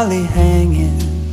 proudly hanging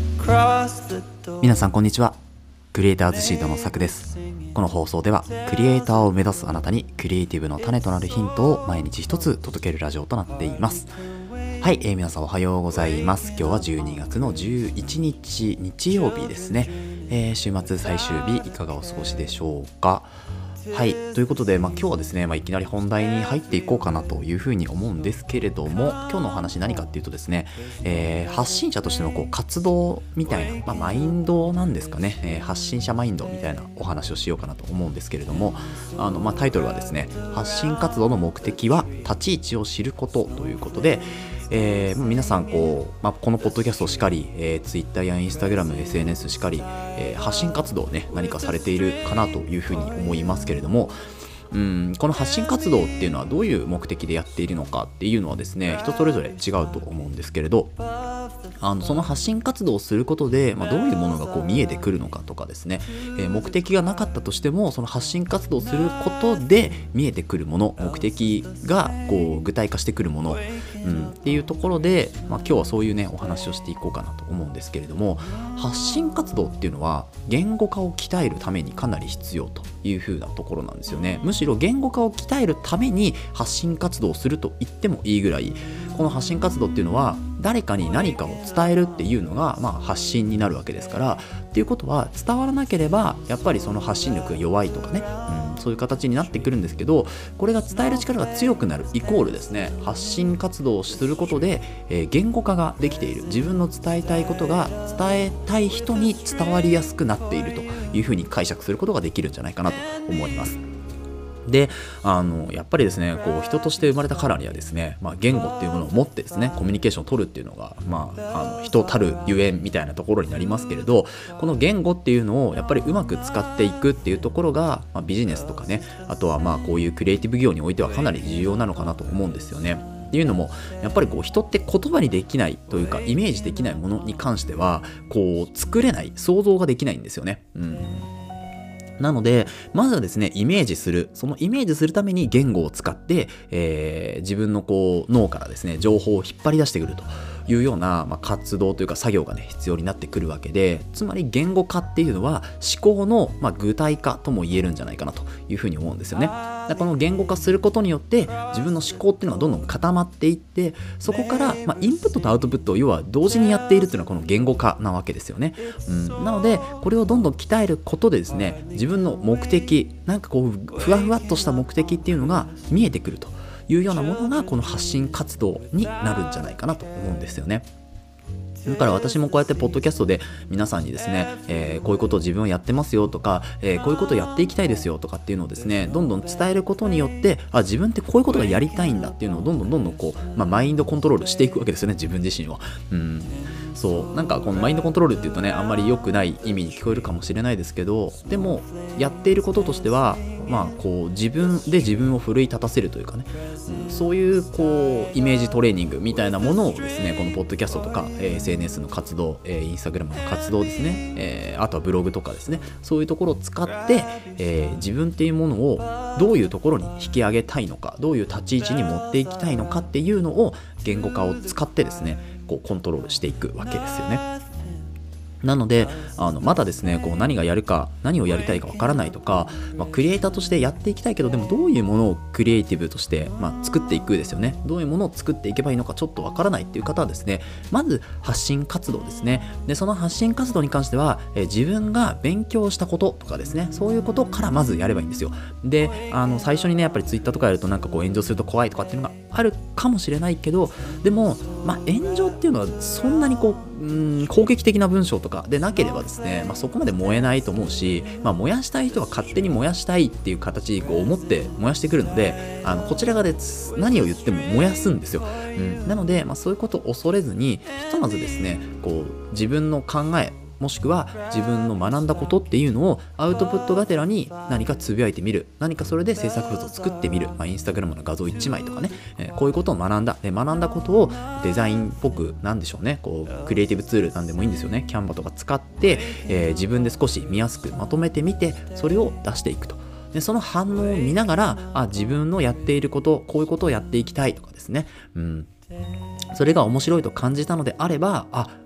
across the door。 皆さんこんにちは。クリエイターズシードのさくです。この放送ではクリエイターを目指すあなたにクリエイティブの種となるヒントを毎日一つ届けるラジオとなっています。はい、皆さんおはようございます。今日は12月の11日日曜日ですね。週末最終日いかがお過ごしでしょうか。はい、ということで、今日はですね、いきなり本題に入っていこうかなというふうに思うんですけれども、今日のお話何かっていうとですね、発信者としての活動みたいな、マインドなんですかね、発信者マインドみたいなお話をしようかなと思うんですけれども、タイトルはですね、発信活動の目的は立ち位置を知ることということで、皆さんこのポッドキャストしかり、Twitter や Instagram、SNS しかり、発信活動をね何かされているかなというふうに思いますけれども、この発信活動っていうのはどういう目的でやっているのかっていうのはですね、人それぞれ違うと思うんですけれど、その発信活動をすることで、どういうものが見えてくるのかとかですね、目的がなかったとしてもその発信活動をすることで見えてくるもの、目的が具体化してくるもの、っていうところで、今日はそういうねお話をしていこうかなと思うんですけれども、発信活動っていうのは言語化を鍛えるためにかなり必要という風なところなんですよね。むしろ言語化を鍛えるために発信活動をすると言ってもいいぐらい、この発信活動っていうのは誰かに何かを伝えるっていうのが、発信になるわけですから、っていうことは伝わらなければやっぱりその発信力が弱いとかね、そういう形になってくるんですけど、これが伝える力が強くなるイコールですね、発信活動をすることで、言語化ができている、自分の伝えたいことが伝えたい人に伝わりやすくなっているというふうに解釈することができるんじゃないかなと思います。で、やっぱりですね、人として生まれたからにはですね、言語っていうものを持ってですね、コミュニケーションを取るっていうのが、人たるゆえんみたいなところになりますけれど、この言語っていうのをやっぱりうまく使っていくっていうところが、ビジネスとかね、あとはこういうクリエイティブ業においてはかなり重要なのかなと思うんですよね。っていうのもやっぱり人って言葉にできないというかイメージできないものに関しては作れない、想像ができないんですよね。なのでまずはですね、イメージする、そのイメージするために言語を使って、自分の脳からですね情報を引っ張り出してくるというような、活動というか作業がね必要になってくるわけで、つまり言語化っていうのは思考の、具体化とも言えるんじゃないかなというふうに思うんですよね。この言語化することによって自分の思考っていうのがどんどん固まっていって、そこから、インプットとアウトプットを要は同時にやっているっていうのはこの言語化なわけですよね。なのでこれをどんどん鍛えることでですね、自分の目的、ふわふわっとした目的っていうのが見えてくるというようなものがこの発信活動になるんじゃないかなと思うんですよね。だから私もこうやってポッドキャストで皆さんにですね、こういうことを自分はやってますよとか、こういうことをやっていきたいですよとかっていうのをですね、どんどん伝えることによって、自分ってこういうことがやりたいんだっていうのをどんどんマインドコントロールしていくわけですよね、自分自身を。そうこのマインドコントロールっていうとね、あんまり良くない意味に聞こえるかもしれないですけど、でもやっていることとしては自分で自分を奮い立たせるというかね、そういうイメージトレーニングみたいなものをですね、このポッドキャストとか、SNS の活動、インスタグラムの活動ですね、あとはブログとかですね、そういうところを使って、自分っていうものをどういうところに引き上げたいのか、どういう立ち位置に持っていきたいのかっていうのを言語化を使ってですねコントロールしていくわけですよね。なのでまだですね何がやるか、何をやりたいかわからないとか、クリエイターとしてやっていきたいけど、でもどういうものをクリエイティブとして、作っていくですよね。どういうものを作っていけばいいのかちょっとわからないっていう方はですね、まず発信活動ですね。でその発信活動に関しては、自分が勉強したこととかですね、そういうことからまずやればいいんですよ。で最初にねやっぱりツイッターとかやると炎上すると怖いとかっていうのがあるかもしれないけど、でも炎上っていうのはそんなに攻撃的な文章とかでなければですね、そこまで燃えないと思うし、燃やしたい人は勝手に燃やしたいっていう形に思って燃やしてくるので、こちら側で何を言っても燃やすんですよ。なので、そういうことを恐れずに、ひとまずですね自分の考え、もしくは自分の学んだことっていうのをアウトプットがてらに何かつぶやいてみる、何かそれで制作物を作ってみる、インスタグラムの画像1枚とかね、こういうことを学んだことをデザインっぽく、なんでしょうね、クリエイティブツールなんでもいいんですよね、キャンバとか使って、自分で少し見やすくまとめてみて、それを出していくと。でその反応を見ながら、自分のやっていること、こういうことをやっていきたいとかですね、それが面白いと感じたのであれば、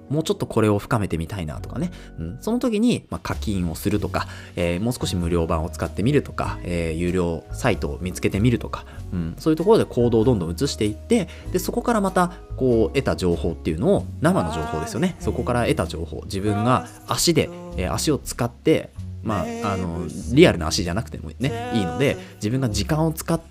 もうちょっとこれを深めてみたいなとかね、その時に、課金をするとか、もう少し無料版を使ってみるとか、有料サイトを見つけてみるとか、そういうところで行動をどんどん移していって、でそこからまたこう得た情報っていうのを、生の情報ですよね、そこから得た情報、自分が足を使ってリアルな足じゃなくてもねいいので、自分が時間を使って、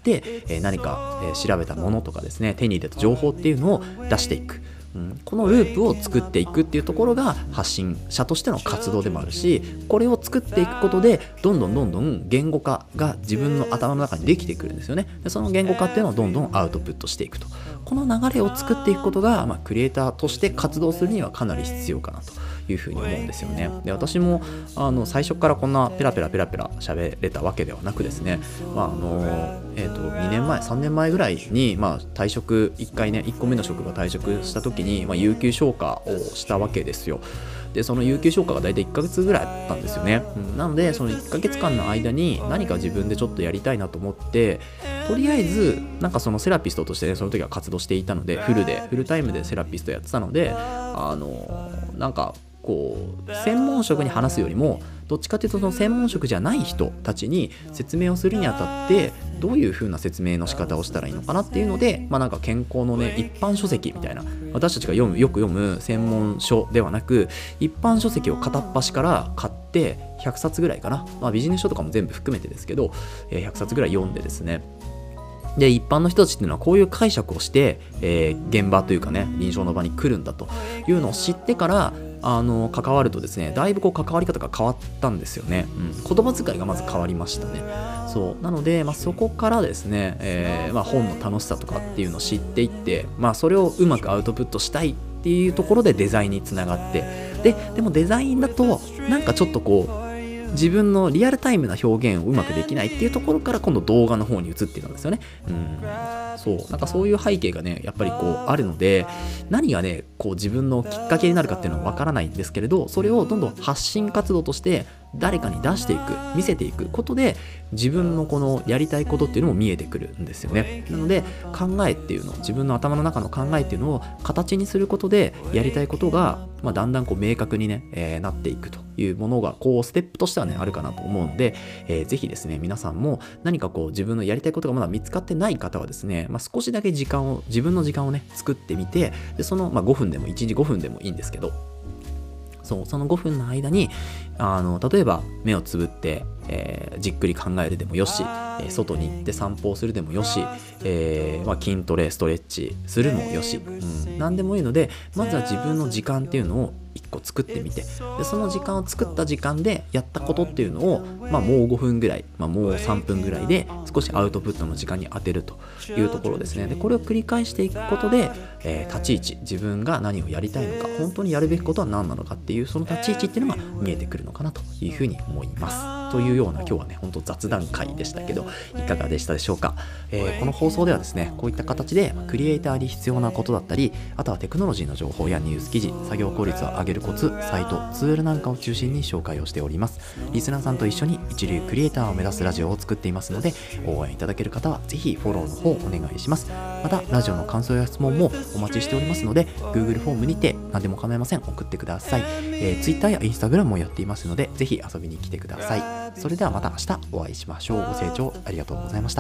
何か、調べたものとかですね、手に入れた情報っていうのを出していく、このループを作っていくっていうところが発信者としての活動でもあるし、これを作っていくことでどんどん言語化が自分の頭の中にできてくるんですよね。でその言語化っていうのをどんどんアウトプットしていくと、この流れを作っていくことが、クリエイターとして活動するにはかなり必要かなというふうに思うんですよね。で私も最初からこんなペラペラ喋れたわけではなくですね、2年前3年前ぐらいに、退職1個目の職場退職した時に、有給消化をしたわけですよ。でその有給消化が大体1ヶ月ぐらいあったんですよね。なのでその1ヶ月間の間に何か自分でちょっとやりたいなと思って、とりあえずなんかそのセラピストとしてね、その時は活動していたので、フルタイムでセラピストやってたので、なんかこう専門職に話すよりも、どっちかというとその専門職じゃない人たちに説明をするにあたってどういう風な説明の仕方をしたらいいのかなっていうので、なんか健康のね、一般書籍みたいな、私たちがよく読む専門書ではなく、一般書籍を片っ端から買って100冊ぐらいかな、ビジネス書とかも全部含めてですけど、100冊ぐらい読んでですね、で一般の人たちっていうのはこういう解釈をして、現場というかね、臨床の場に来るんだというのを知ってから関わるとですね、だいぶ関わり方が変わったんですよね。言葉遣いがまず変わりましたね。そうなので、そこからですね、本の楽しさとかっていうのを知っていって、それをうまくアウトプットしたいっていうところでデザインにつながって、でもデザインだとなんかちょっと自分のリアルタイムな表現をうまくできないっていうところから、今度動画の方に移っていくんですよね。なんかそういう背景がね、やっぱりあるので、何がね自分のきっかけになるかっていうのはわからないんですけれど、それをどんどん発信活動として誰かに出していく、見せていくことで、自分のこのやりたいことっていうのも見えてくるんですよね。なので考えっていうのを、自分の頭の中の考えっていうのを形にすることで、やりたいことが、だんだん明確にね、なっていくというものがステップとしてはねあるかなと思うんで、ぜひですね、皆さんも何か自分のやりたいことがまだ見つかってない方はですね、少しだけ自分の時間をね作ってみて、でその5分でも1日5分でもいいんですけど、その5分の間に例えば目をつぶって、じっくり考えるでもよし、外に行って散歩をするでもよし、筋トレストレッチするもよし、何でもいいので、まずは自分の時間っていうのを1個作ってみて、でその時間を作った時間でやったことっていうのを、もう5分ぐらい、もう3分ぐらいで少しアウトプットの時間に当てるというところですね。でこれを繰り返していくことで、立ち位置、自分が何をやりたいのか、本当にやるべきことは何なのかっていう、その立ち位置っていうのが見えてくるのかなというふうに思います。というような、今日はね本当雑談会でしたけど、いかがでしたでしょうか。この放送ではですね、こういった形でクリエイターに必要なことだったり、あとはテクノロジーの情報やニュース記事、作業効率を上げるコツ、サイト、ツールなんかを中心に紹介をしております。リスナーさんと一緒に一流クリエイターを目指すラジオを作っていますので、応援いただける方はぜひフォローの方お願いします。またラジオの感想や質問もお待ちしておりますので、 Google フォームにて何でも構いません、送ってください。Twitter や Instagram もやっていますので、ぜひ遊びに来てください。それではまた明日お会いしましょう。ご清聴ありがとうございました。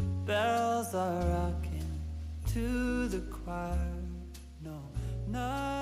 Bells are rocking to the choir. No, not